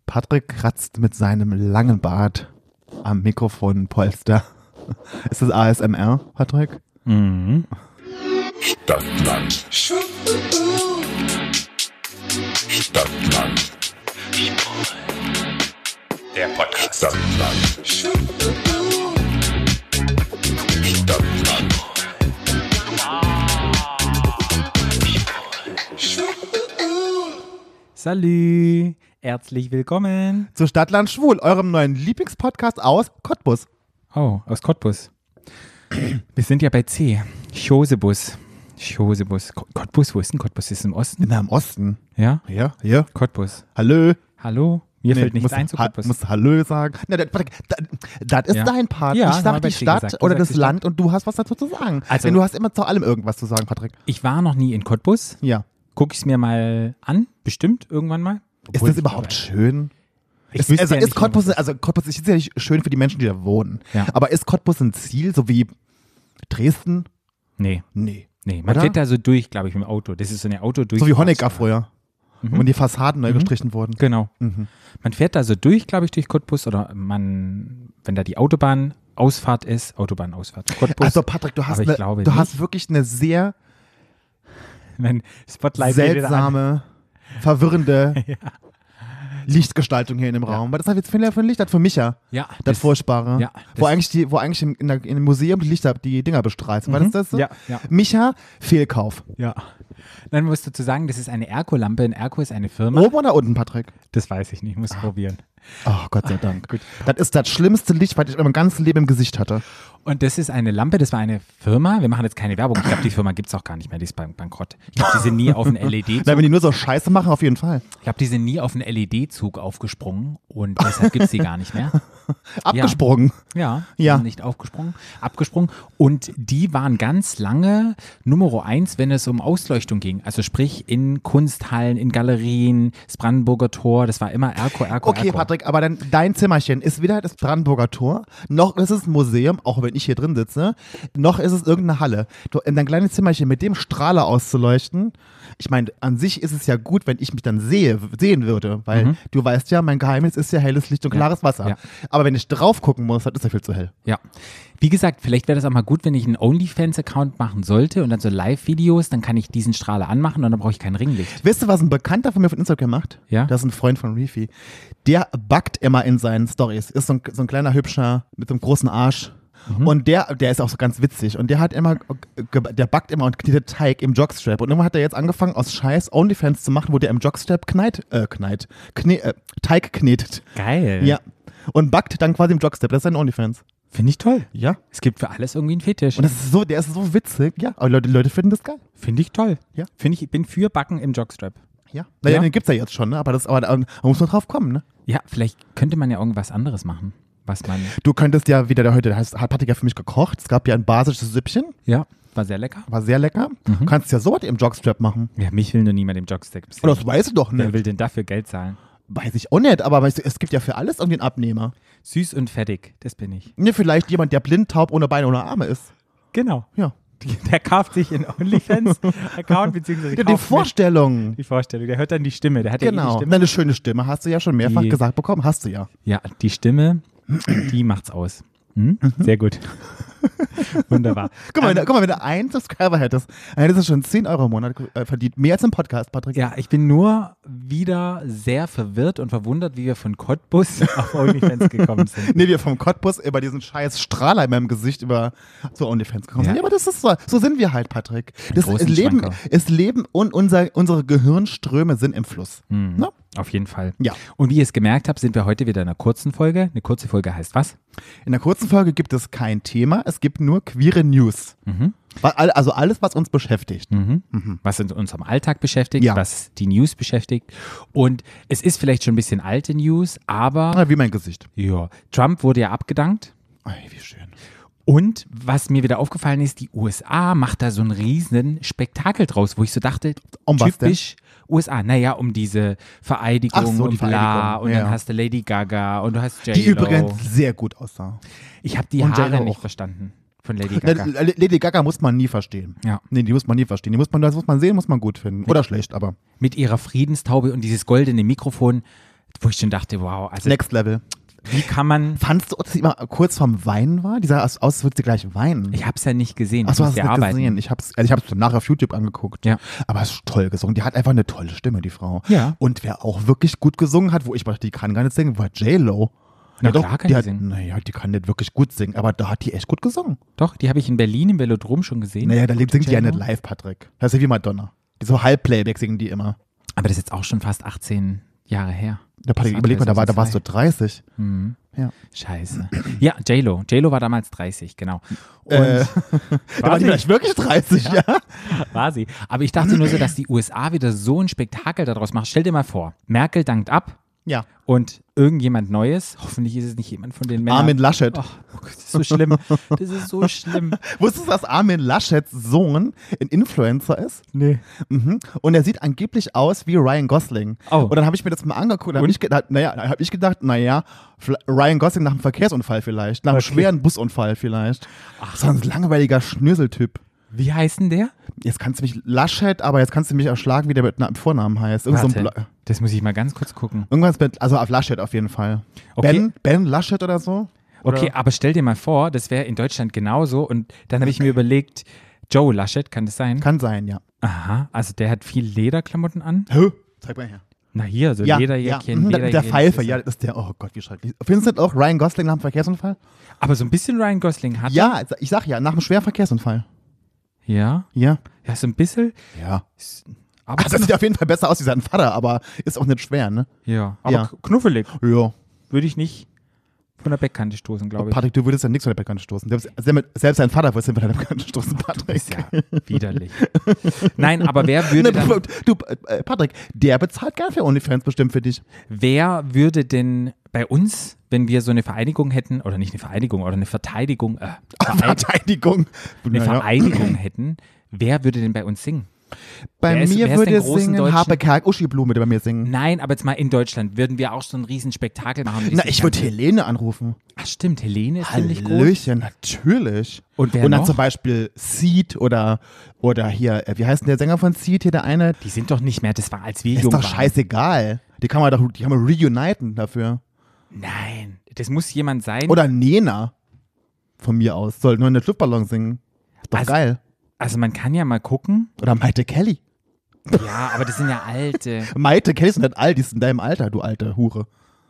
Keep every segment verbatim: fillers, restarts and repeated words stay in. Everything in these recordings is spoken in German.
Patrick kratzt mit seinem langen Bart am Mikrofonpolster. Ist das A S M R, Patrick? Mhm. Stadtland. Stadtland. Der Podcast. Stadtland. Stadtland. Salü, herzlich willkommen zu Stadtland Schwul, eurem neuen Lieblingspodcast aus Cottbus. Oh, aus Cottbus. Wir sind ja bei C. Chosebus. Chosebus. Cottbus, wo ist denn Cottbus? Ist es im Osten? In im Osten. Ja? Ja, hier. Cottbus. Hallo. Hallo? Mir Nee, fällt nichts musst, ein zu ha, Cottbus. musst Hallo sagen. Na, das, das, das ist Ja. dein Part. Ja, ich haben sag wir die bei C Stadt gesagt. Du oder sagst das die Stadt. Land und du hast was dazu zu sagen. Also- Denn du hast immer zu allem irgendwas zu sagen, Patrick. Ich war noch nie in Cottbus. Ja. Guck ich es mir mal an. Bestimmt irgendwann mal. Ist Obwohl das ich überhaupt glaube- schön? Ich Ist, wüsste also ja ist nicht, Cottbus, was- also Cottbus ist ja nicht schön für die Menschen, die da wohnen. Ja. Aber ist Cottbus ein Ziel, so wie Dresden? Nee, Nee. nee. Man Oder? fährt da so durch, glaube ich, mit dem Auto. Das ist so eine Auto durch. So wie Honecker früher. Mhm. Wo die Fassaden neu Mhm. gestrichen wurden. Genau. Mhm. Man fährt da so durch, glaube ich, durch Cottbus oder man, wenn da die Autobahnausfahrt ist, Autobahnausfahrt Cottbus. Also Patrick, du hast, Aber ich eine, glaube du nicht. hast wirklich eine sehr Wenn Spotlight geht wieder an. seltsame, verwirrende Lichtgestaltung hier in dem Raum. Was ist das jetzt für ein Licht? Das für Micha. Ja, Das, Furchtbare. ja, wo das- eigentlich, die, wo eigentlich im, in der, in dem Museum die Lichter, die Dinger bestreifen. Was Mhm. ist das so? Ja, ja. Micha, Fehlkauf. Ja. Dann musst du zu sagen, das ist eine Erco-Lampe. Ein Erco ist eine Firma. Oben oder unten, Patrick? Das weiß ich nicht, muss probieren. Oh, Gott sei Dank. Gut. Das ist das schlimmste Licht, was ich in meinem ganzen Leben im Gesicht hatte. Und das ist eine Lampe, das war eine Firma. Wir machen jetzt keine Werbung. Ich glaube, die Firma gibt es auch gar nicht mehr, die ist bank bankrott. Ich glaube, die sind nie auf einen L E D-Zug. Na, wenn die nur so Scheiße machen, auf jeden Fall. Ich glaube, die sind nie auf einen L E D-Zug aufgesprungen und deshalb gibt es die gar nicht mehr. Abgesprungen. Ja, die Ja. sind nicht aufgesprungen, abgesprungen. Und die waren ganz lange Nummer eins, wenn es um Ausleuchtung ging. Also sprich in Kunsthallen, in Galerien, das Brandenburger Tor, das war immer Erco, Erco, Okay, Erco. Patrick, aber dann dein Zimmerchen ist weder das Brandenburger Tor, noch ist es ein Museum, auch wenn ich hier drin sitze, noch ist es irgendeine Halle. Du, in dein kleines Zimmerchen mit dem Strahler auszuleuchten, ich meine, an sich ist es ja gut, wenn ich mich dann sehe, sehen würde, weil Mhm. du weißt ja, mein Geheimnis ist ja helles Licht und Ja. klares Wasser. Ja. Aber wenn ich drauf gucken muss, das ist ja viel zu hell. Ja. Wie gesagt, vielleicht wäre das auch mal gut, wenn ich einen OnlyFans-Account machen sollte und dann so Live-Videos, dann kann ich diesen Strahler anmachen und dann brauche ich kein Ringlicht. Wisst ihr, was ein Bekannter von mir von Instagram macht? Ja? Das ist ein Freund von Reefy. Der backt immer in seinen Stories. Ist so ein, so ein kleiner Hübscher mit so einem großen Arsch. Mhm. Und der, der ist auch so ganz witzig. Und der hat immer, ge- der backt immer und knetet Teig im Jockstrap. Und irgendwann hat er jetzt angefangen, aus Scheiß Onlyfans zu machen, wo der im Jockstrap kneit, äh, kneit, kne, äh, Teig knetet. Geil. Ja. Und backt dann quasi im Jockstrap. Das ist sein Onlyfans. Finde ich toll. Ja. Es gibt für alles irgendwie einen Fetisch. Und das ist so, der ist so witzig. Ja. Aber Leute, Leute finden das geil. Finde ich toll. Ja. Finde ich, ich bin für Backen im Jockstrap. Ja. Naja, Ja. den gibt's ja jetzt schon, ne? Aber das, aber da man muss man drauf kommen, ne? Ja, vielleicht könnte man ja irgendwas anderes machen, was man. Du könntest ja wieder, der heute hat Patrick ja für mich gekocht. Es gab ja ein basisches Süppchen, Ja, war sehr lecker. war sehr lecker. Mhm. Du kannst ja sowas im Jockstrap machen. Ja, mich will nur niemand im Jockstrap sehen. Oder das weiß ich doch Wer nicht. will denn dafür Geld zahlen? Weiß ich auch nicht, aber weißt du, es gibt ja für alles irgendwie einen Abnehmer. Süß und fettig, das bin ich. Ne, vielleicht jemand, der blind, taub, ohne Beine, ohne Arme ist. Genau. Ja. Der kauft sich einen OnlyFans-Account, beziehungsweise Ja, die kauft Vorstellung. mit- die Vorstellung. Der hört dann die Stimme. Der hat ja eh die Genau. Stimme. Eine schöne Stimme hast du ja schon mehrfach Die- gesagt bekommen. Hast du ja. Ja, die Stimme, die macht's aus. Hm? Sehr gut. Wunderbar. Guck mal, wenn, Ähm, du- guck mal, wenn du einen Subscriber hättest, dann hättest du schon zehn Euro im Monat äh, verdient. Mehr als im Podcast, Patrick. Ja, ich bin nur wieder sehr verwirrt und verwundert, wie wir von Cottbus auf OnlyFans gekommen sind. Nee, wir vom Cottbus über diesen scheiß Strahler in meinem Gesicht über zu OnlyFans gekommen sind. Ja. Ja, aber das ist so, so sind wir halt, Patrick. Das großen Leben, Schwanker. es Leben und unser, unsere Gehirnströme sind im Fluss. Hm, Na? auf jeden Fall. Ja. Und wie ihr es gemerkt habt, sind wir heute wieder in einer kurzen Folge. Eine kurze Folge heißt was? In der kurzen Folge gibt es kein Thema, es gibt nur queere News. Mhm. Wa- all- Also alles, was uns beschäftigt. Mhm. Was in unserem Alltag beschäftigt, Ja. was die News beschäftigt. Und es ist vielleicht schon ein bisschen alte News, aber Ah, wie mein Gesicht. ja, Trump wurde ja abgedankt. Ei, wie schön. Und was mir wieder aufgefallen ist, die U S A macht da so einen riesen Spektakel draus, wo ich so dachte, Um was denn? typisch U S A, naja, um diese Vereidigung Ach so, die und bla Vereidigung, und ja. dann hast du Lady Gaga und du hast J-Lo. Die übrigens sehr gut aussah. Ich habe die Und Haare J-Lo nicht auch. verstanden von Lady Na, Gaga. L- Lady Gaga muss man nie verstehen. Ja. Nee, die muss man nie verstehen. Die muss man, das muss man sehen, muss man gut finden. Oder schlecht, aber. Mit ihrer Friedenstaube und dieses goldene Mikrofon. wo ich schon dachte, wow, also Next Level. wie kann man, Fandst du, dass sie immer kurz vorm Weinen war? Die sah aus, aus als würde sie gleich weinen. ich habe es ja nicht gesehen, Ach ich so, hast musste du ja nicht arbeiten. gesehen. Ich hab's, also ich habe es nachher auf YouTube angeguckt. Ja. Aber es ist toll gesungen. Die hat einfach eine tolle Stimme, die Frau. Ja. Und wer auch wirklich gut gesungen hat, wo ich dachte, die kann gar nicht singen, war J-Lo. Na Ja, doch, klar kann die die hat, singen. Naja, die kann nicht wirklich gut singen, aber da hat die echt gut gesungen. Doch, die habe ich in Berlin im Velodrom schon gesehen. Naja, da singt die ja J-Lo. nicht live, Patrick. Das ist ja wie Madonna. Die so Halbplayback singen die immer. Aber das ist jetzt auch schon fast achtzehn Jahre her. Der Patrick, Das war überleg mal, da, war, da warst du zweitausendzwei. dreißig. Mhm. Ja. Scheiße. Ja, J-Lo. J-Lo war damals dreißig, genau. Und Äh, da war die sie? vielleicht wirklich dreißig, ja? war sie. Aber ich dachte nur so, dass die U S A wieder so ein Spektakel daraus macht. Stell dir mal vor, Merkel dankt ab Ja. und irgendjemand Neues, hoffentlich ist es nicht jemand von den Männern. Armin Laschet. Oh, oh Gott, das ist so schlimm. Das ist so schlimm. Wusstest du, dass Armin Laschets Sohn ein Influencer ist? Nee. Mhm. Und er sieht angeblich aus wie Ryan Gosling. Oh. Und dann habe ich mir das mal angeguckt. Da habe ich gedacht, naja, da habe ich gedacht, naja, Ryan Gosling nach einem Verkehrsunfall vielleicht, nach einem Okay. schweren Busunfall vielleicht. Ach, so ein langweiliger Schnöseltyp. Wie heißt denn der? Jetzt kannst du mich Laschet, aber jetzt kannst du mich erschlagen, wie der mit einem Vornamen heißt. Irgend so ein Warte, Bla- das muss ich mal ganz kurz gucken. Irgendwas mit, also auf Laschet auf jeden Fall. Okay. Ben, Ben Laschet oder so? Oder? Okay, aber stell dir mal vor, das wäre in Deutschland genauso. Und dann habe ich mir überlegt, Joe Laschet, kann das sein? Kann sein, ja. Aha, also der hat viel Lederklamotten an. Hä? Zeig mal her. Na hier, so Ja, Lederjäckchen, ja. Mhm, der, der Lederjäckchen, Pfeife, das ist ja, das ist der, oh Gott, wie schrecklich. Findest du auch Ryan Gosling nach einem Verkehrsunfall? Aber so ein bisschen Ryan Gosling hat Ja, ich sag ja, nach einem schweren Verkehrsunfall. er. Ja, Ja. ja, so ein bisschen. Ja. Aber Also das sieht auf jeden Fall besser aus wie sein Vater, aber ist auch nicht schwer, ne? ja, aber Ja. k- knuffelig. Ja. Würde ich nicht von der Beckkante stoßen, glaube ich. Patrick, du würdest ja nichts von der Beckkante stoßen. Selbst, selbst selbst sein Vater würde von der Beckkante stoßen, Patrick. Ist ja widerlich. Nein, aber wer würde Ne, dann, du, äh, Patrick, der bezahlt gern für OnlyFans bestimmt für dich. wer würde denn bei uns, wenn wir so eine Vereinigung hätten, oder nicht eine Vereinigung, oder eine Verteidigung, äh, Verein, Verteidigung. eine Naja. Vereinigung hätten, wer würde denn bei uns singen? Bei Wer ist- mir wer ist würde den großen singen Deutschen? Harpe Kerk, Uschi Blume, der bei mir singen. Nein, aber jetzt mal in Deutschland würden wir auch so ein Riesenspektakel machen. wie Na, sich ich würde dann- Helene anrufen. Ach stimmt, Helene ist ziemlich groß. Hallöchen, natürlich. Und wer Und dann noch? zum Beispiel Seed oder, oder hier, äh, wie heißt denn der Sänger von Seed hier, der eine? Die sind doch nicht mehr, das war als wir Ist jung doch waren. scheißegal. Die kann man doch, die kann man reuniten dafür. Nein, das muss jemand sein. Oder Nena. Von mir aus. Soll nur eine Luftballon singen. Ist doch Also- geil. Also man kann ja mal gucken. Oder Maite Kelly. Ja, aber das sind ja alte. Maite Kelly ist nicht alt, die ist in deinem Alter, du alte Hure.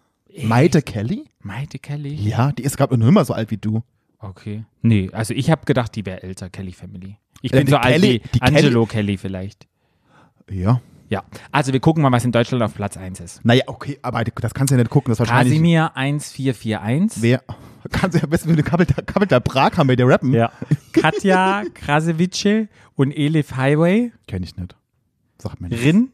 Maite Kelly? Maite Kelly? Ja, die ist gerade noch immer so alt wie du. Okay. Nee, also ich habe gedacht, die wäre älter, Kelly Family. Ich Ja, bin die so alt Kelly- wie die Angelo Kelly vielleicht. Ja. Ja, also wir gucken mal, was in Deutschland auf Platz eins ist. Naja, okay, aber das kannst du ja nicht gucken. Das ist wahrscheinlich. Kasimir eins vier vier eins. Wer? Kannst du ja besten mit Kappel der Prag haben wir dir rappen. Ja. Katja Krasavice und Elif Highway. Kenn ich nicht. Sag mir nicht. Rin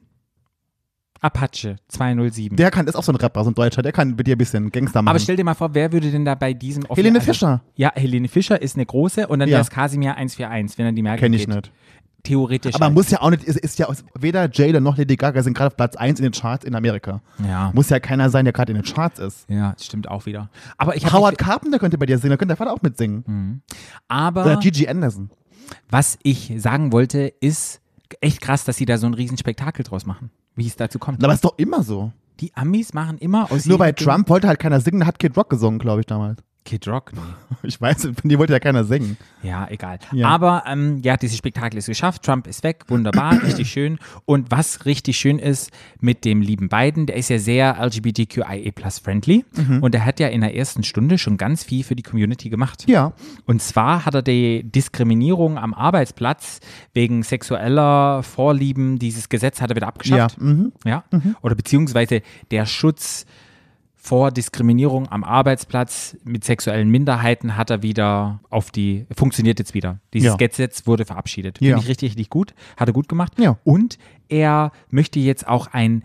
Apache zweihundertsieben. Der kann, ist auch so ein Rapper, so ein Deutscher, der kann mit dir ein bisschen Gangster machen. Aber stell dir mal vor, wer würde denn da bei diesem offen- Helene also- Fischer. Ja, Helene Fischer ist eine große und dann Ja. wäre es Kasimir eins vier eins, wenn er die Merkel Kenn ich geht. nicht. Theoretisch. Aber halt. muss ja auch nicht, ist, ist ja aus, weder Jada noch Lady Gaga sind gerade auf Platz eins in den Charts in Amerika. Ja. Muss ja keiner sein, der gerade in den Charts ist. Ja, das stimmt auch wieder. Aber ich Howard habe Carpenter könnte bei dir singen, da könnte der Vater auch mitsingen. aber Oder Gigi Anderson. was ich sagen wollte, ist echt krass, dass sie da so ein Riesenspektakel draus machen, wie es dazu kommt. Aber ist doch immer so. Die Amis machen immer aus Nur bei jedem Trump wollte halt keiner singen, da hat Kid Rock gesungen, glaube ich, damals. Kid Rock, nee. Ich weiß, von dir wollte ja keiner singen. Ja, egal. Ja. Aber ähm, ja, dieses Spektakel ist geschafft. Trump ist weg. Wunderbar, richtig schön. Und was richtig schön ist mit dem lieben Biden, der ist ja sehr L G B T Q I A plus friendly. Mhm. Und der hat ja in der ersten Stunde schon ganz viel für die Community gemacht. Ja. Und zwar hat er die Diskriminierung am Arbeitsplatz wegen sexueller Vorlieben, dieses Gesetz hat er wieder Ja. abgeschafft. Mhm. Ja. Oder beziehungsweise der Schutz vor Diskriminierung am Arbeitsplatz mit sexuellen Minderheiten hat er wieder auf die, funktioniert jetzt wieder. Dieses Ja. Gesetz wurde verabschiedet. Ja. Finde ich richtig, richtig gut. Hat er gut gemacht. Ja. Und er möchte jetzt auch ein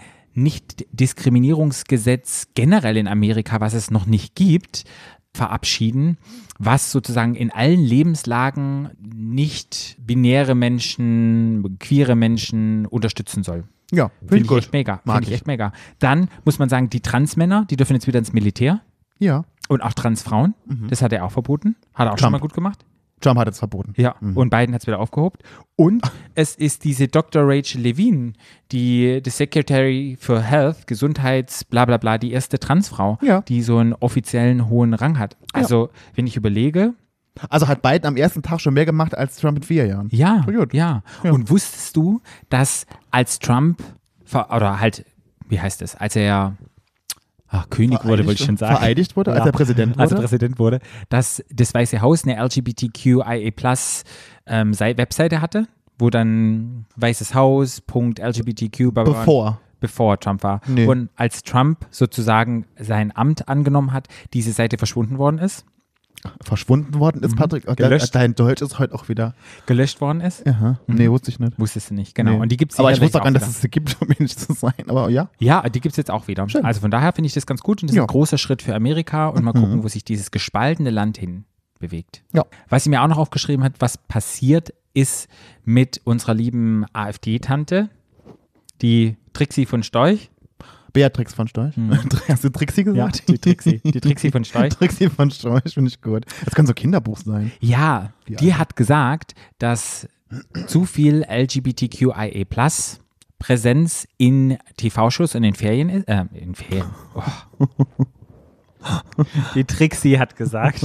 Nicht-Diskriminierungsgesetz generell in Amerika, was es noch nicht gibt, verabschieden, was sozusagen in allen Lebenslagen nicht binäre Menschen, queere Menschen unterstützen soll. Ja, Finde ich gut. echt mega. Mag Finde ich ich. echt mega. Dann muss man sagen, die Transmänner, die dürfen jetzt wieder ins Militär Ja. und auch Transfrauen. Das hat er auch verboten. Hat er auch schon Trump. mal gut gemacht. Trump hat es verboten. Ja, mhm. und Biden hat es wieder aufgehoben. Und es ist diese Doktor Rachel Levine, die, die Secretary for Health, Gesundheits, bla bla bla, die erste Transfrau, ja. die so einen offiziellen hohen Rang hat. Also, ja. wenn ich überlege. Also hat Biden am ersten Tag schon mehr gemacht als Trump in vier Jahren. Ja, ja, ja. Und wusstest du, dass als Trump, oder halt, wie heißt es, als er Ach, König vereidigt wurde, wollte ich schon sagen. Vereidigt wurde, als ja. er Präsident wurde. Als er Präsident wurde, dass das Weiße Haus eine L G B T Q I A plus ähm, Webseite hatte, wo dann Weißes Haus, Punkt, L G B T Q, bevor. Bevor Trump war. Nee. Und als Trump sozusagen sein Amt angenommen hat, diese Seite verschwunden worden ist. Verschwunden worden ist, Patrick? Mhm. Gelöscht. Dein Deutsch ist heute auch wieder. Gelöscht worden ist? Aha. Mhm. Nee, wusste ich nicht. Wusstest du nicht, genau. Nee. Und die gibt's aber ich wusste auch gar nicht, dass es sie gibt, um ehrlich zu sein. Aber ja. Ja, die gibt es jetzt auch wieder. Schön. Also von daher finde ich das ganz gut und das ja. ist ein großer Schritt für Amerika und mal mhm. gucken, wo sich dieses gespaltene Land hin bewegt. Ja. Was sie mir auch noch aufgeschrieben hat, was passiert ist mit unserer lieben AfD-Tante, die Trixie von Storch. Beatrix von Storch. Hm. Hast du Trixie gesagt? Ja, die Trixie. Die Trixie von Storch. Trixie von Storch, finde ich gut. Das kann so ein Kinderbuch sein. Ja, die, die hat gesagt, dass zu viel L G B T Q I A plus Präsenz in T V-Shows und in Ferien ist. Äh, in Ferien. Oh. Die Trixie hat gesagt.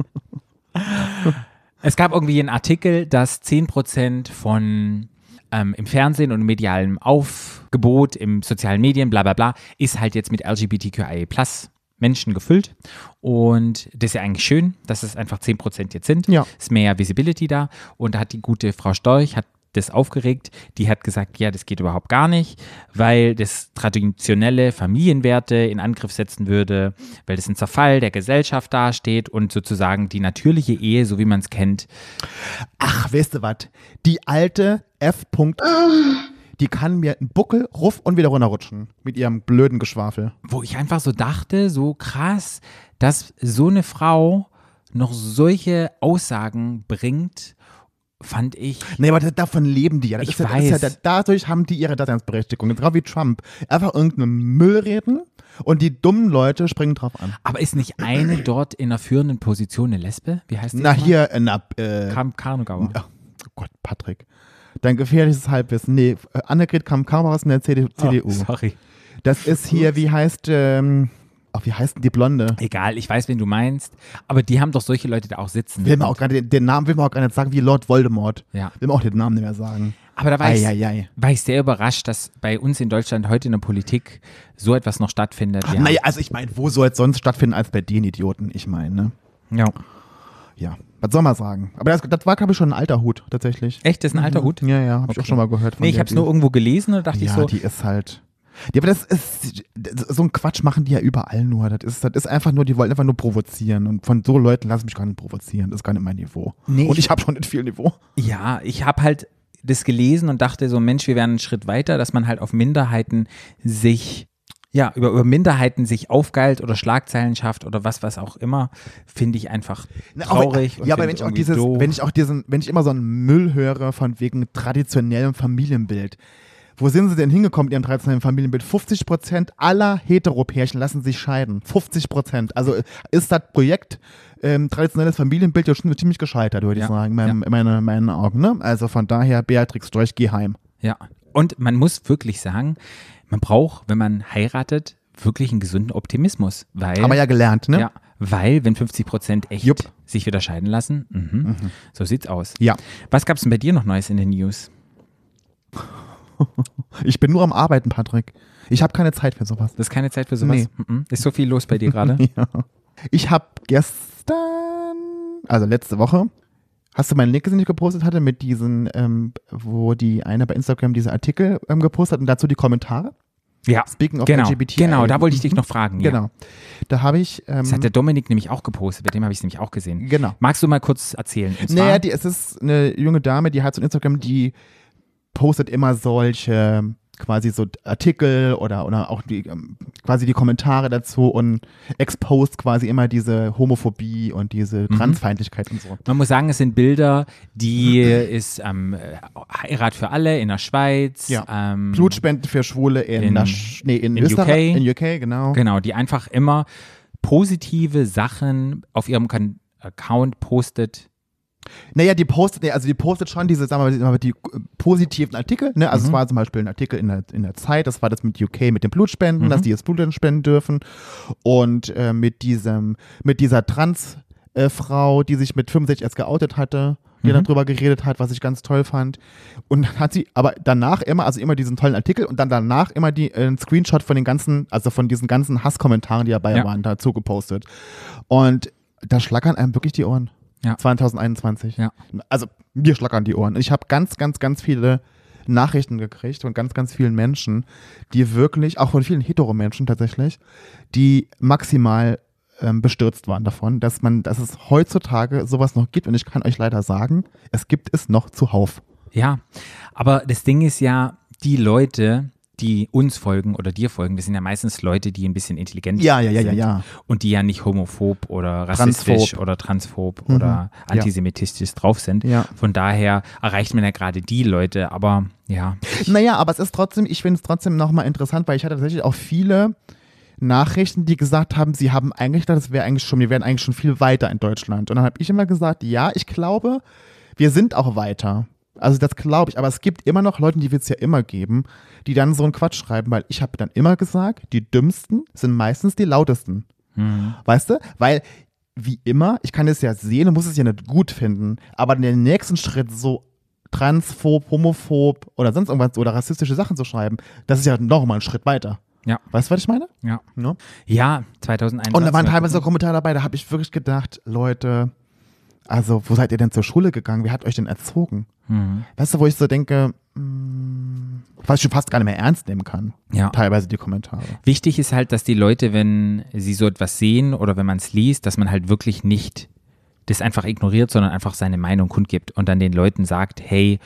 Es gab irgendwie einen Artikel, dass zehn Prozent von ähm, im Fernsehen und im medialen Aufgebot, im sozialen Medien, bla bla bla, ist halt jetzt mit L G B T Q I A plus Menschen gefüllt. Und das ist ja eigentlich schön, dass es einfach zehn Prozent jetzt sind. Ja. Ist mehr Visibility da. Und da hat die gute Frau Storch, hat das aufgeregt, die hat gesagt, ja, das geht überhaupt gar nicht, weil das traditionelle Familienwerte in Angriff setzen würde, weil das ein Zerfall der Gesellschaft dasteht und sozusagen die natürliche Ehe, so wie man es kennt. Ach, weißt du was? Die alte F. -Punkt, die kann mir einen Buckel, Ruff und wieder runterrutschen mit ihrem blöden Geschwafel. Wo ich einfach so dachte, so krass, dass so eine Frau noch solche Aussagen bringt, fand ich. Nee, aber davon leben die ja. Das ich ist ja, weiß. Das ist ja, dadurch haben die ihre Daseinsberechtigung. Genau wie Trump. Einfach irgendeinen Müll reden und die dummen Leute springen drauf an. Aber ist nicht eine dort in einer führenden Position eine Lesbe? Wie heißt die? Na, nochmal? Hier, na, äh. Kramp-Karrenbauer. Oh Gott, Patrick. Dein gefährliches Halbwissen. Nee, Annegret Kramp-Karrenbauer ist in der C D U. Oh, sorry. Das ist hier, wie heißt, ähm, ach, wie heißt denn die Blonde? Egal, ich weiß, wen du meinst. Aber die haben doch solche Leute da auch sitzen. Will man auch gerade, den Namen will man auch gar nicht sagen, wie Lord Voldemort. Ja. Will man auch den Namen nicht mehr sagen. Aber da war, ei, ich, ei, ei. war ich sehr überrascht, dass bei uns in Deutschland heute in der Politik so etwas noch stattfindet. Ja. Naja, also ich meine, wo soll es sonst stattfinden als bei den Idioten? Ich meine, ne? Ja. Ja, was soll man sagen? Aber das, das war, glaube ich, schon ein alter Hut, tatsächlich. Echt, das ist ein alter mhm. Hut? Ja, ja, habe okay. ich auch schon mal gehört. Von nee, ich habe es nur irgendwo gelesen und dachte ja, ich so. Ja, die ist halt. Ja, aber das ist, so ein Quatsch machen die ja überall nur. Das ist, das ist einfach nur, die wollen einfach nur provozieren. Und von so Leuten lasse ich mich gar nicht provozieren. Das ist gar nicht mein Niveau. Nee, und ich, ich habe schon nicht viel Niveau. Ja, ich habe halt das gelesen und dachte so, Mensch, wir werden einen Schritt weiter, dass man halt auf Minderheiten sich, ja, über, über Minderheiten sich aufgeilt oder Schlagzeilen schafft oder was, was auch immer, finde ich einfach traurig. Na, ja, aber wenn ich auch dieses, doof. wenn ich auch diesen, wenn ich immer so einen Müll höre von wegen traditionellem Familienbild. Wo sind sie denn hingekommen mit ihrem traditionellen Familienbild? fünfzig Prozent aller Heteropärchen lassen sich scheiden. fünfzig Prozent. Also ist das Projekt ähm, traditionelles Familienbild ja schon ziemlich gescheitert, würde ja. ich sagen, in, meinem, ja. in meine, meinen Augen. Ne? Also von daher, Beatrix Storch, geh heim. Ja, und man muss wirklich sagen, man braucht, wenn man heiratet, wirklich einen gesunden Optimismus. Weil, haben wir ja gelernt, ne? Ja, weil wenn fünfzig Prozent echt Jupp. sich wieder scheiden lassen, mhm, mhm. so sieht's aus. Ja. Was gab's denn bei dir noch Neues in den News? Ich bin nur am Arbeiten, Patrick. Ich habe keine Zeit für sowas. Das ist keine Zeit für sowas? Nee. Mhm. Ist so viel los bei dir gerade? Ja. Ich habe gestern, also letzte Woche, hast du meinen Link gesehen, den ich gepostet hatte, mit diesen, ähm, wo die eine bei Instagram diese Artikel ähm, gepostet hat und dazu die Kommentare? Ja, Speaking of genau, L G B T I. genau, da wollte ich dich noch fragen. Ja. Genau, da habe ich… Ähm, das hat der Dominik nämlich auch gepostet, bei dem habe ich es nämlich auch gesehen. Genau. Magst du mal kurz erzählen? Und naja, die, es ist eine junge Dame, die hat so Instagram, die postet immer solche quasi so Artikel oder, oder auch die, quasi die Kommentare dazu und exposed quasi immer diese Homophobie und diese mhm. Transfeindlichkeit und so. Man muss sagen, es sind Bilder, die ist ähm, Heirat für alle in der Schweiz. Ja. Ähm, Blutspenden für Schwule in, in, der Sch- nee, in, in Österreich, U K. in U K, genau. Genau, die einfach immer positive Sachen auf ihrem kan- Account postet, Naja, die postet, nee, also die postet schon diese, sagen wir mal, die äh, positiven Artikel, ne? Also Mhm. es war zum Beispiel ein Artikel in der, in der Zeit, das war das mit U K mit den Blutspenden, Mhm. dass die jetzt Blut spenden dürfen. Und äh, mit diesem, mit dieser Trans-Frau, die sich mit fünfundsechzig erst geoutet hatte, die Mhm. dann drüber geredet hat, was ich ganz toll fand. Und dann hat sie aber danach immer, also immer diesen tollen Artikel und dann danach immer die, äh, einen Screenshot von den ganzen, also von diesen ganzen Hasskommentaren, die dabei Ja. waren, dazu gepostet. Und da schlackern einem wirklich die Ohren. Ja. zwanzig einundzwanzig. Ja. Also mir schlackern die Ohren. Ich habe ganz, ganz, ganz viele Nachrichten gekriegt von ganz, ganz vielen Menschen, die wirklich, auch von vielen Hetero-Menschen tatsächlich, die maximal ähm, bestürzt waren davon, dass man, dass es heutzutage sowas noch gibt. Und ich kann euch leider sagen, es gibt es noch zuhauf. Ja, aber das Ding ist ja, die Leute, die uns folgen oder dir folgen, das sind ja meistens Leute, die ein bisschen intelligent Ja, ja, ja, sind ja, ja. und die ja nicht homophob oder rassistisch Transphob. oder transphob Mhm. oder Ja. antisemitistisch drauf sind. Ja. Von daher erreicht man ja gerade die Leute, aber ja. Naja, aber es ist trotzdem, ich finde es trotzdem nochmal interessant, weil ich hatte tatsächlich auch viele Nachrichten, die gesagt haben, sie haben eigentlich gedacht, das wäre eigentlich schon, wir wären eigentlich schon viel weiter in Deutschland. Und dann habe ich immer gesagt, ja, ich glaube, wir sind auch weiter. Also das glaube ich, aber es gibt immer noch Leute, die wird es ja immer geben, die dann so einen Quatsch schreiben, weil ich habe dann immer gesagt, die Dümmsten sind meistens die Lautesten. Mhm. Weißt du? Weil, wie immer, ich kann es ja sehen und muss es ja nicht gut finden, aber den nächsten Schritt so transphob, homophob oder sonst irgendwas oder rassistische Sachen zu schreiben, das ist ja nochmal ein Schritt weiter. Ja. Weißt du, was ich meine? Ja. Ja. Ja, zweitausendeinundzwanzig. Und da waren mal teilweise so gucken. Kommentare dabei, da habe ich wirklich gedacht, Leute, also wo seid ihr denn zur Schule gegangen? Wer hat euch denn erzogen? Mhm. Weißt du, wo ich so denke, mh, was ich schon fast gar nicht mehr ernst nehmen kann. Ja. Teilweise die Kommentare. Wichtig ist halt, dass die Leute, wenn sie so etwas sehen oder wenn man es liest, dass man halt wirklich nicht das einfach ignoriert, sondern einfach seine Meinung kundgibt und dann den Leuten sagt, hey,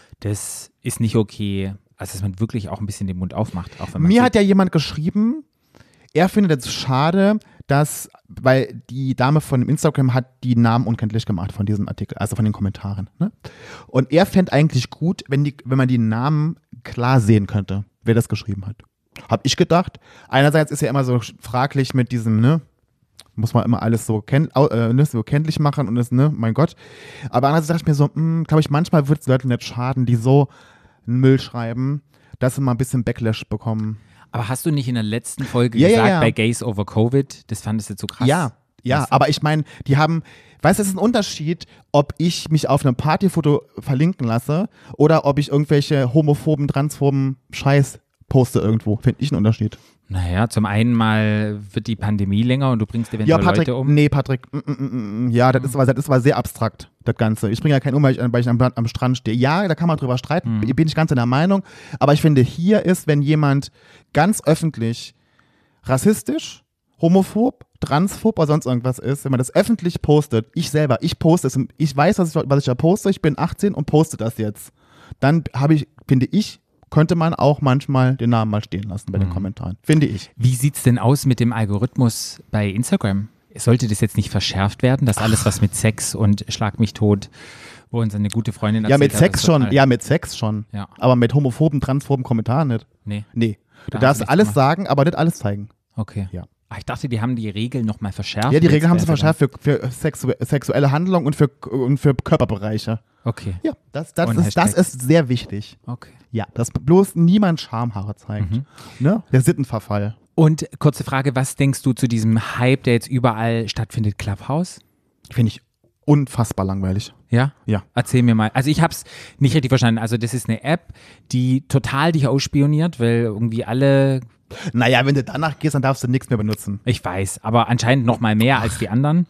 das ist nicht okay. Also dass man wirklich auch ein bisschen den Mund aufmacht. Auch wenn man Mir sieht, hat ja jemand geschrieben, er findet es schade, dass, weil die Dame von Instagram hat die Namen unkenntlich gemacht von diesem Artikel, also von den Kommentaren. Ne? Und er fände eigentlich gut, wenn, die, wenn man die Namen klar sehen könnte, wer das geschrieben hat. Hab ich gedacht. Einerseits ist ja immer so fraglich mit diesem, ne, muss man immer alles so, kenn, äh, ne, so kenntlich machen und das, ne, mein Gott. Aber andererseits dachte ich mir so, glaube ich, manchmal wird es Leuten nicht schaden, die so einen Müll schreiben, dass sie mal ein bisschen Backlash bekommen. aber hast du nicht in der letzten Folge Ja, ja, gesagt, ja. bei Gays over Covid, das fandest du so krass? Ja, ja, Was? aber ich meine, die haben, weißt du, es ist ein Unterschied, ob ich mich auf einem Partyfoto verlinken lasse oder ob ich irgendwelche homophoben, transphoben Scheiß poste irgendwo. Finde ich einen Unterschied. Naja, zum einen mal wird die Pandemie länger und du bringst Ja, eventuell Patrick, Leute um. nee, Patrick, mm, mm, mm, mm, ja, das ist, aber- das ist aber sehr abstrakt, das Ganze. Ich bringe ja keinen um, weil ich, weil ich am, am Strand stehe. Ja, da kann man drüber streiten, Mhm. bin ich ganz in der Meinung, aber ich finde, hier ist, wenn jemand ganz öffentlich rassistisch, homophob, transphob oder sonst irgendwas ist, wenn man das öffentlich postet, ich selber, ich poste es, ich weiß, was ich, was ich da poste, ich bin achtzehn und poste das jetzt, dann habe ich, finde ich, könnte man auch manchmal den Namen mal stehen lassen bei den Mhm. Kommentaren, finde ich. Wie sieht's denn aus mit dem Algorithmus bei Instagram? Sollte das jetzt nicht verschärft werden, dass alles, was mit Sex und Schlag mich tot, wo uns eine gute Freundin Ja, erzählt mit hat, Sex ist schon, total- ja, mit Sex schon, Ja. aber mit homophoben, transphoben Kommentaren nicht. Nee, Nee, du Da haben darfst sie nichts alles gemacht. sagen, aber nicht alles zeigen. okay. Ja. Ach, ich dachte, die haben die Regeln nochmal verschärft. Ja, die Jetzt Regeln haben sie wäre verschärft für, für sexu sexuelle Handlungen und für, und für Körperbereiche. dann- Okay, Ja, das, das, Und ist, das Hashtag. ist sehr wichtig. okay. Ja, dass bloß niemand Schamhaare zeigt. Mhm. Ne? Der Sittenverfall. Und kurze Frage, was denkst du zu diesem Hype, der jetzt überall stattfindet, Clubhouse? Finde ich unfassbar langweilig. Ja? Ja. Erzähl mir mal. Also ich habe es nicht richtig verstanden. Also das ist eine App, die total dich ausspioniert, weil irgendwie alle, Naja, wenn du danach gehst, dann darfst du nichts mehr benutzen. ich weiß, aber anscheinend noch mal mehr als die anderen.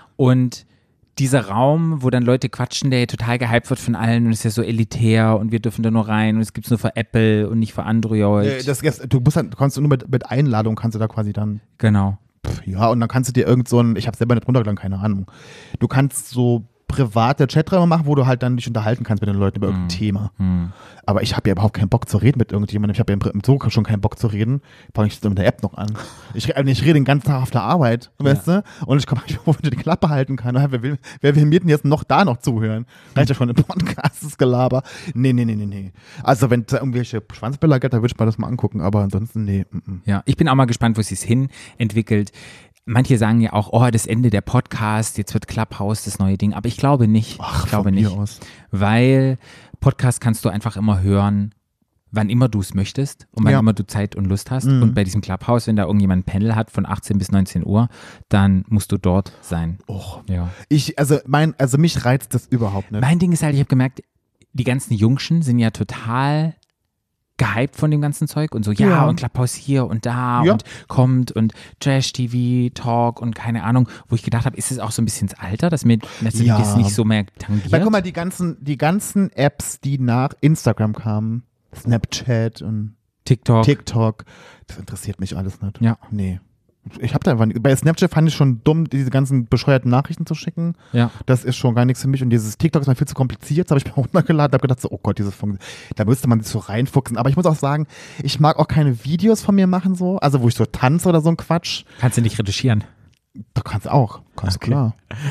Und dieser Raum, wo dann Leute quatschen, der total gehypt wird von allen und ist ja so elitär und wir dürfen da nur rein und es gibt's nur für Apple und nicht für Android. Äh, das, das, du musst dann, kannst du nur mit, mit Einladung kannst du da quasi dann. genau. Pff, ja, und dann kannst du dir irgend so ein, ich habe selber nicht runtergeladen, keine Ahnung. Du kannst so private Chaträume machen, wo du halt dann dich unterhalten kannst mit den Leuten über irgendein Thema. Hm. Aber ich habe ja überhaupt keinen Bock zu reden mit irgendjemandem. Ich habe ja im Zug schon keinen Bock zu reden. Fange ich mit der App noch an. Ich, ich rede den ganzen Tag auf der Arbeit, weißt du? Und ich komme nicht, wo ich die Klappe halten kann. Wer will, wer will mir denn jetzt noch da noch zuhören? Reicht ja schon im Podcast, das Gelaber. Nee, nee, nee, nee, nee. Also wenn es da irgendwelche Schwanzbilder gibt, dann würde ich mir das mal angucken. Aber ansonsten, nee. Mm, mm. Ja, ich bin auch mal gespannt, wo es sich hin entwickelt. manche sagen ja auch, oh, das Ende der Podcast, jetzt wird Clubhouse das neue Ding. Aber ich glaube nicht. Ach, ich glaube von mir nicht. aus. Weil Podcast kannst du einfach immer hören, wann immer du es möchtest und wann Ja. immer du Zeit und Lust hast. Mhm. Und bei diesem Clubhouse, wenn da irgendjemand ein Panel hat von achtzehn bis neunzehn Uhr, dann musst du dort sein. Och. Ja. Ich, also mein, also mich reizt das überhaupt nicht. Mein Ding ist halt, ich habe gemerkt, die ganzen Jungschen sind ja total gehypt von dem ganzen Zeug und so, ja, Ja. und Clubhouse hier und da Ja. und kommt und Trash-T V, Talk und keine Ahnung, wo ich gedacht habe, ist es auch so ein bisschen das Alter, dass mir dass Ja. das nicht so mehr tangiert? Weil guck mal, die ganzen, die ganzen Apps, die nach Instagram kamen, Snapchat und TikTok. TikTok, das interessiert mich alles nicht. Ja. Nee. Ich hab da einfach nicht. Bei Snapchat fand ich schon dumm, diese ganzen bescheuerten Nachrichten zu schicken. Ja. Das ist schon gar nichts für mich. Und dieses TikTok ist mir viel zu kompliziert. Das habe ich mir runtergeladen. habe gedacht so, oh Gott, dieses Funk, da müsste man sich so reinfuchsen. Aber ich muss auch sagen, ich mag auch keine Videos von mir machen so. Also wo ich so tanze oder so ein Quatsch. Kannst du nicht retuschieren. Da kannst du auch. Ganz Okay. klar.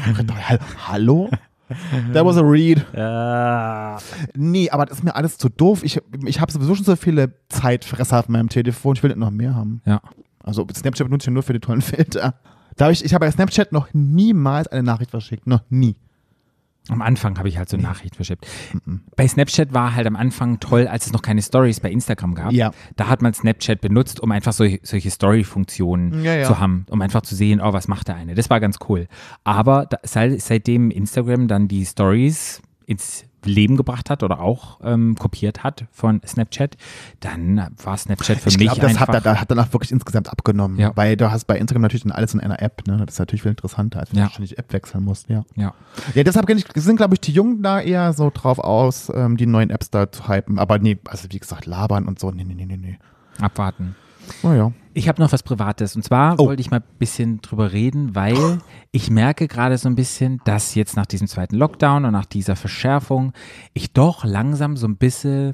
Hallo? That was a read. Ja. Nee, aber das ist mir alles zu doof. Ich, ich habe sowieso schon so viele Zeitfresser auf meinem Telefon. Ich will nicht noch mehr haben. Ja. Also Snapchat benutze ich ja nur für die tollen Filter. Da hab ich ich habe bei Snapchat noch niemals eine Nachricht verschickt. Noch nie. Am Anfang habe ich halt so Nachrichten verschickt. Bei Snapchat war halt am Anfang toll, als es noch keine Stories bei Instagram gab. Ja. Da hat man Snapchat benutzt, um einfach solche, solche Story-Funktionen Ja, ja. zu haben, um einfach zu sehen, oh, was macht der eine. Das war ganz cool. Aber da, seit, seitdem Instagram dann die Stories ins Leben gebracht hat oder auch ähm, kopiert hat von Snapchat, dann war Snapchat für Ich mich glaube, das einfach... hat, da, hat danach wirklich insgesamt abgenommen. Ja. Weil du hast bei Instagram natürlich dann alles in einer App. Ne? Das ist natürlich viel interessanter, als wenn Ja. du ständig App wechseln musst. Ja, ja. ja deshalb kenn ich- sind, glaube ich, die Jungen da eher so drauf aus, ähm, die neuen Apps da zu hypen. Aber nee, also wie gesagt, labern und so. Nee, nee, nee, nee, nee. Abwarten. Oh ja. Ich habe noch was Privates und zwar Oh. wollte ich mal ein bisschen drüber reden, weil ich merke gerade so ein bisschen, dass jetzt nach diesem zweiten Lockdown und nach dieser Verschärfung ich doch langsam so ein bisschen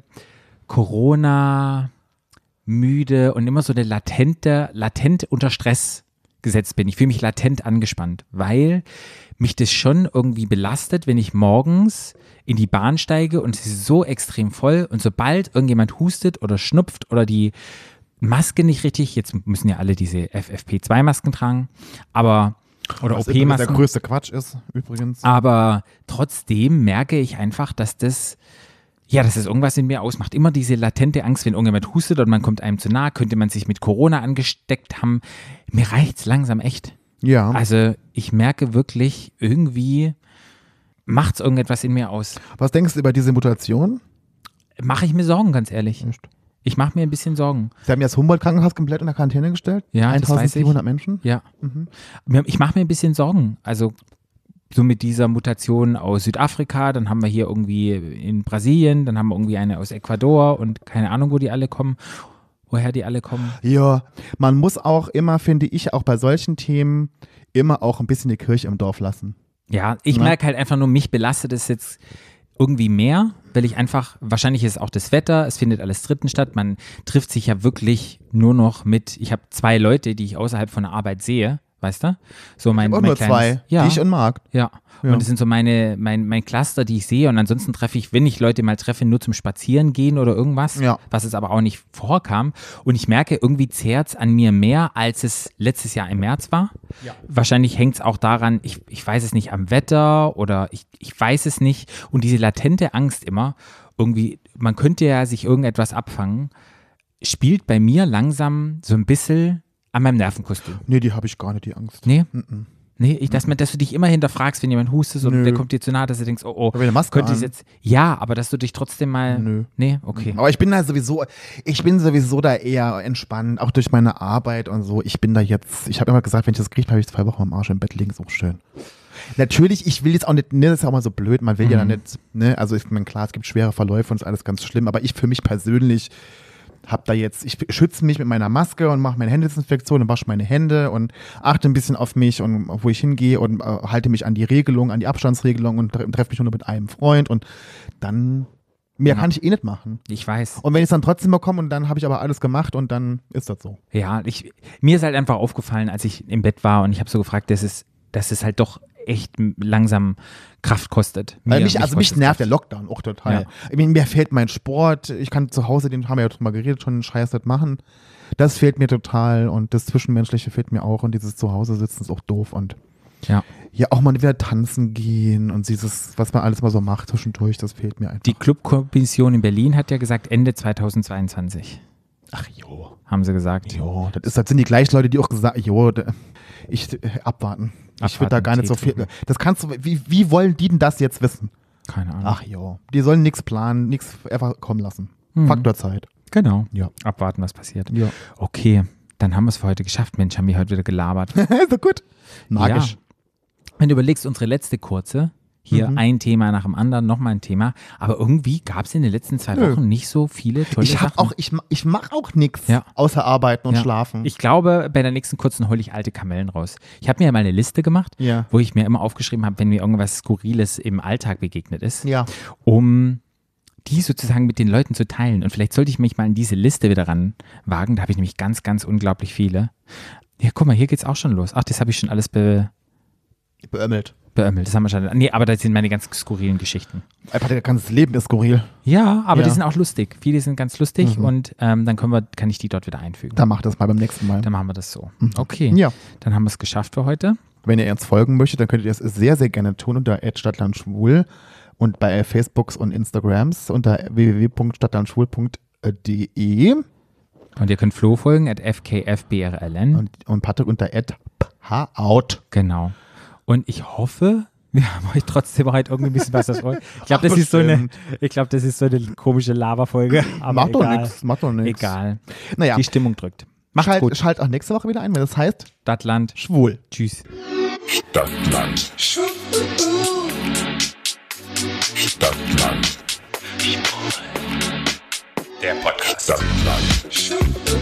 Corona müde und immer so eine latente, latent unter Stress gesetzt bin. Ich fühle mich latent angespannt, weil mich das schon irgendwie belastet, wenn ich morgens in die Bahn steige und es ist so extrem voll und sobald irgendjemand hustet oder schnupft oder die Maske nicht richtig, jetzt müssen ja alle diese F F P zwei Masken tragen, aber oder Was übrigens der O P-Masken, größte Quatsch ist, übrigens. aber trotzdem merke ich einfach, dass das ja, dass es irgendwas in mir ausmacht. Immer diese latente Angst, wenn irgendjemand hustet und man kommt einem zu nah, könnte man sich mit Corona angesteckt haben. Mir reicht's langsam echt. Ja. Also ich merke wirklich, irgendwie macht's irgendetwas in mir aus. Was denkst du über diese Mutation? Mache ich mir Sorgen, ganz ehrlich. Echt? Ich mache mir ein bisschen Sorgen. Sie haben ja das Humboldt-Krankenhaus komplett unter Quarantäne gestellt. Ja, das weiß ich. eintausendsiebenhundert Menschen. Ja. Mhm. Mir- Ich mache mir ein bisschen Sorgen. Also so mit dieser Mutation aus Südafrika, dann haben wir hier irgendwie in Brasilien, dann haben wir irgendwie eine aus Ecuador und keine Ahnung, wo die alle kommen, woher die alle kommen. Ja, man muss auch immer, finde ich, auch bei solchen Themen immer auch ein bisschen die Kirche im Dorf lassen. Ja, ich Ja. merke halt einfach nur, mich belastet es jetzt irgendwie mehr, weil ich einfach, wahrscheinlich ist auch das Wetter, es findet alles dritten statt, man trifft sich ja wirklich nur noch mit, ich habe zwei Leute, die ich außerhalb von der Arbeit sehe, weißt du? So mein, Und mein nur kleines, zwei, ja, die ich in mag. ja. Ja. Und das sind so meine, mein, mein Cluster, die ich sehe und ansonsten treffe ich, wenn ich Leute mal treffe, nur zum Spazieren gehen oder irgendwas, Ja. was es aber auch nicht vorkam. Und ich merke, irgendwie zehrt es an mir mehr, als es letztes Jahr im März war. Ja. Wahrscheinlich hängt es auch daran, ich, ich weiß es nicht, am Wetter oder ich, ich weiß es nicht. Und diese latente Angst immer, irgendwie, man könnte ja sich irgendetwas abfangen, spielt bei mir langsam so ein bisschen an meinem Nervenkostüm. Nee, die habe ich gar nicht, die Angst. Nee? Mhm. Nee, ich, dass, man, dass du dich immer hinterfragst, wenn jemand hustet und Nö. der kommt dir zu nahe, dass du denkst, oh, oh, Hab ich eine Maske könnte ich an? jetzt. Ja, aber dass du dich trotzdem mal. Nö. Nee, okay. Aber ich bin da sowieso, ich bin sowieso da eher entspannt, auch durch meine Arbeit und so. Ich bin da jetzt, ich habe immer gesagt, wenn ich das kriege, habe ich zwei Wochen am Arsch im Bett liegen, ist auch schön. Natürlich, ich will jetzt auch nicht, ne, das ist ja auch mal so blöd, man will ja dann nicht, ne, also ich meine, klar, es gibt schwere Verläufe und ist alles ganz schlimm, aber ich für mich persönlich habe da jetzt, ich schütze mich mit meiner Maske und mache meine Händedesinfektion und wasche meine Hände und achte ein bisschen auf mich und wo ich hingehe und äh, halte mich an die Regelung, an die Abstandsregelung und tre treffe mich nur mit einem Freund und dann, mehr Ja. kann ich eh nicht machen. Ich weiß. Und wenn ich es dann trotzdem bekomme und dann habe ich aber alles gemacht und dann ist das so. Ja, ich, mir ist halt einfach aufgefallen, als ich im Bett war und ich habe so gefragt, dass es, dass es halt doch echt langsam Kraft kostet. Mir, Also mich, also mich kostet's nervt Kraft. der Lockdown auch total. Ja. Ich meine, mir fehlt mein Sport. Ich kann zu Hause, den haben wir ja drüber geredet, schon einen Scheiß nicht machen. Das fehlt mir total und das Zwischenmenschliche fehlt mir auch und dieses Zuhause sitzen ist auch doof und Ja. ja auch mal wieder tanzen gehen und dieses, was man alles mal so macht zwischendurch, das fehlt mir einfach. Die Clubkommission in Berlin hat ja gesagt Ende zweitausendzweiundzwanzig, Ach jo, haben sie gesagt. jo, das, ist, das sind die gleichen Leute, die auch gesagt jo, da- ich äh, abwarten. Ich würde da Abwarten, gar nicht so Tee viel, trinken. das kannst du, wie, wie wollen die denn das jetzt wissen? Keine Ahnung. Ach jo, die sollen nichts planen, nichts einfach kommen lassen. Mhm. Faktor Zeit. Genau. Ja. Abwarten, was passiert. Ja. Okay, dann haben wir es für heute geschafft. Mensch, haben wir heute wieder gelabert. so gut. Magisch. Ja. Wenn du überlegst, unsere letzte kurze, hier Mhm. ein Thema nach dem anderen, nochmal ein Thema, aber irgendwie gab es in den letzten zwei Nö. Wochen nicht so viele tolle Ich habe Sachen. auch, ich, ma- ich mache auch nichts Ja. außer arbeiten und Ja. schlafen. Ich glaube, bei der nächsten kurzen hole ich alte Kamellen raus. Ich habe mir ja mal eine Liste gemacht, Ja. wo ich mir immer aufgeschrieben habe, wenn mir irgendwas Skurriles im Alltag begegnet ist, ja. um die sozusagen mit den Leuten zu teilen. Und vielleicht sollte ich mich mal in diese Liste wieder ranwagen. Da habe ich nämlich ganz, ganz unglaublich viele. Ja, guck mal, hier geht's auch schon los. Ach, das habe ich schon alles be Beömmelt. beömmelt. Das haben wir schon. Nee, aber das sind meine ganz skurrilen Geschichten. Einfach dein ganzes Leben ist skurril. Ja, aber Ja. die sind auch lustig. Viele sind ganz lustig Mhm. und ähm, dann können wir, kann ich die dort wieder einfügen. Dann mach das mal beim nächsten Mal. Dann machen wir das so. Okay, Ja. dann haben wir es geschafft für heute. Wenn ihr uns folgen möchtet, dann könnt ihr das sehr, sehr gerne tun unter stadtlandschwul und bei Facebooks und Instagrams unter w w w punkt stadtlandschwul punkt de Und ihr könnt Flo folgen, at f k f b r l n. und, und Patrick unter phout. Genau. Und ich hoffe, wir haben euch trotzdem heute irgendwie ein bisschen was das wollt. Ich glaube, das Ach, ist so eine, bestimmt. ich glaube, das ist so eine komische Laberfolge. Aber Macht doch egal. nichts, macht doch nichts. Egal. Naja, Die Stimmung drückt. Macht's schalt, gut. schalt auch nächste Woche wieder ein, wenn das heißt Stadtland. schwul. Tschüss. Stadtland. Stadtland. Der Podcast. Stadtland.